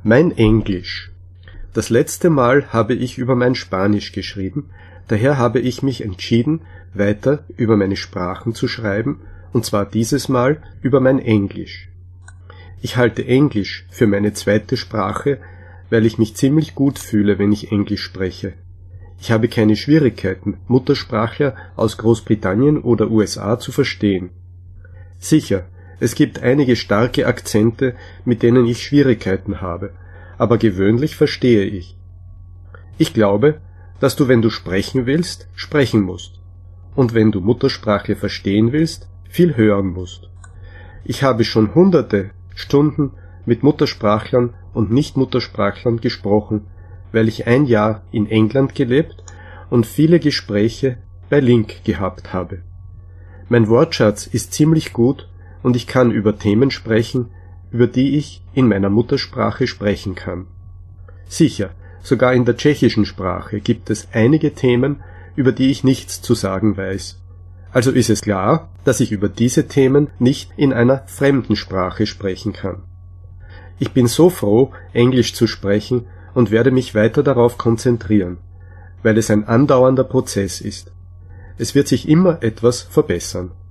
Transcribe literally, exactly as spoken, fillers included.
Mein Englisch. Das letzte Mal habe ich über mein Spanisch geschrieben, daher habe ich mich entschieden, weiter über meine Sprachen zu schreiben, und zwar dieses Mal über mein Englisch. Ich halte Englisch für meine zweite Sprache, weil ich mich ziemlich gut fühle, wenn ich Englisch spreche. Ich habe keine Schwierigkeiten, Muttersprachler aus Großbritannien oder U S A zu verstehen. Sicher, es gibt einige starke Akzente, mit denen ich Schwierigkeiten habe, aber gewöhnlich verstehe ich. Ich glaube, dass du, wenn du sprechen willst, sprechen musst. Und wenn du Muttersprachler verstehen willst, viel hören musst. Ich habe schon hunderte Stunden mit Muttersprachlern und Nicht-Muttersprachlern gesprochen, weil ich ein Jahr in England gelebt und viele Gespräche bei Link gehabt habe. Mein Wortschatz ist ziemlich gut und ich kann über Themen sprechen, über die ich in meiner Muttersprache sprechen kann. Sicher, sogar in der tschechischen Sprache gibt es einige Themen, über die ich nichts zu sagen weiß. Also ist es klar, dass ich über diese Themen nicht in einer fremden Sprache sprechen kann. Ich bin so froh, Englisch zu sprechen und werde mich weiter darauf konzentrieren, weil es ein andauernder Prozess ist. Es wird sich immer etwas verbessern.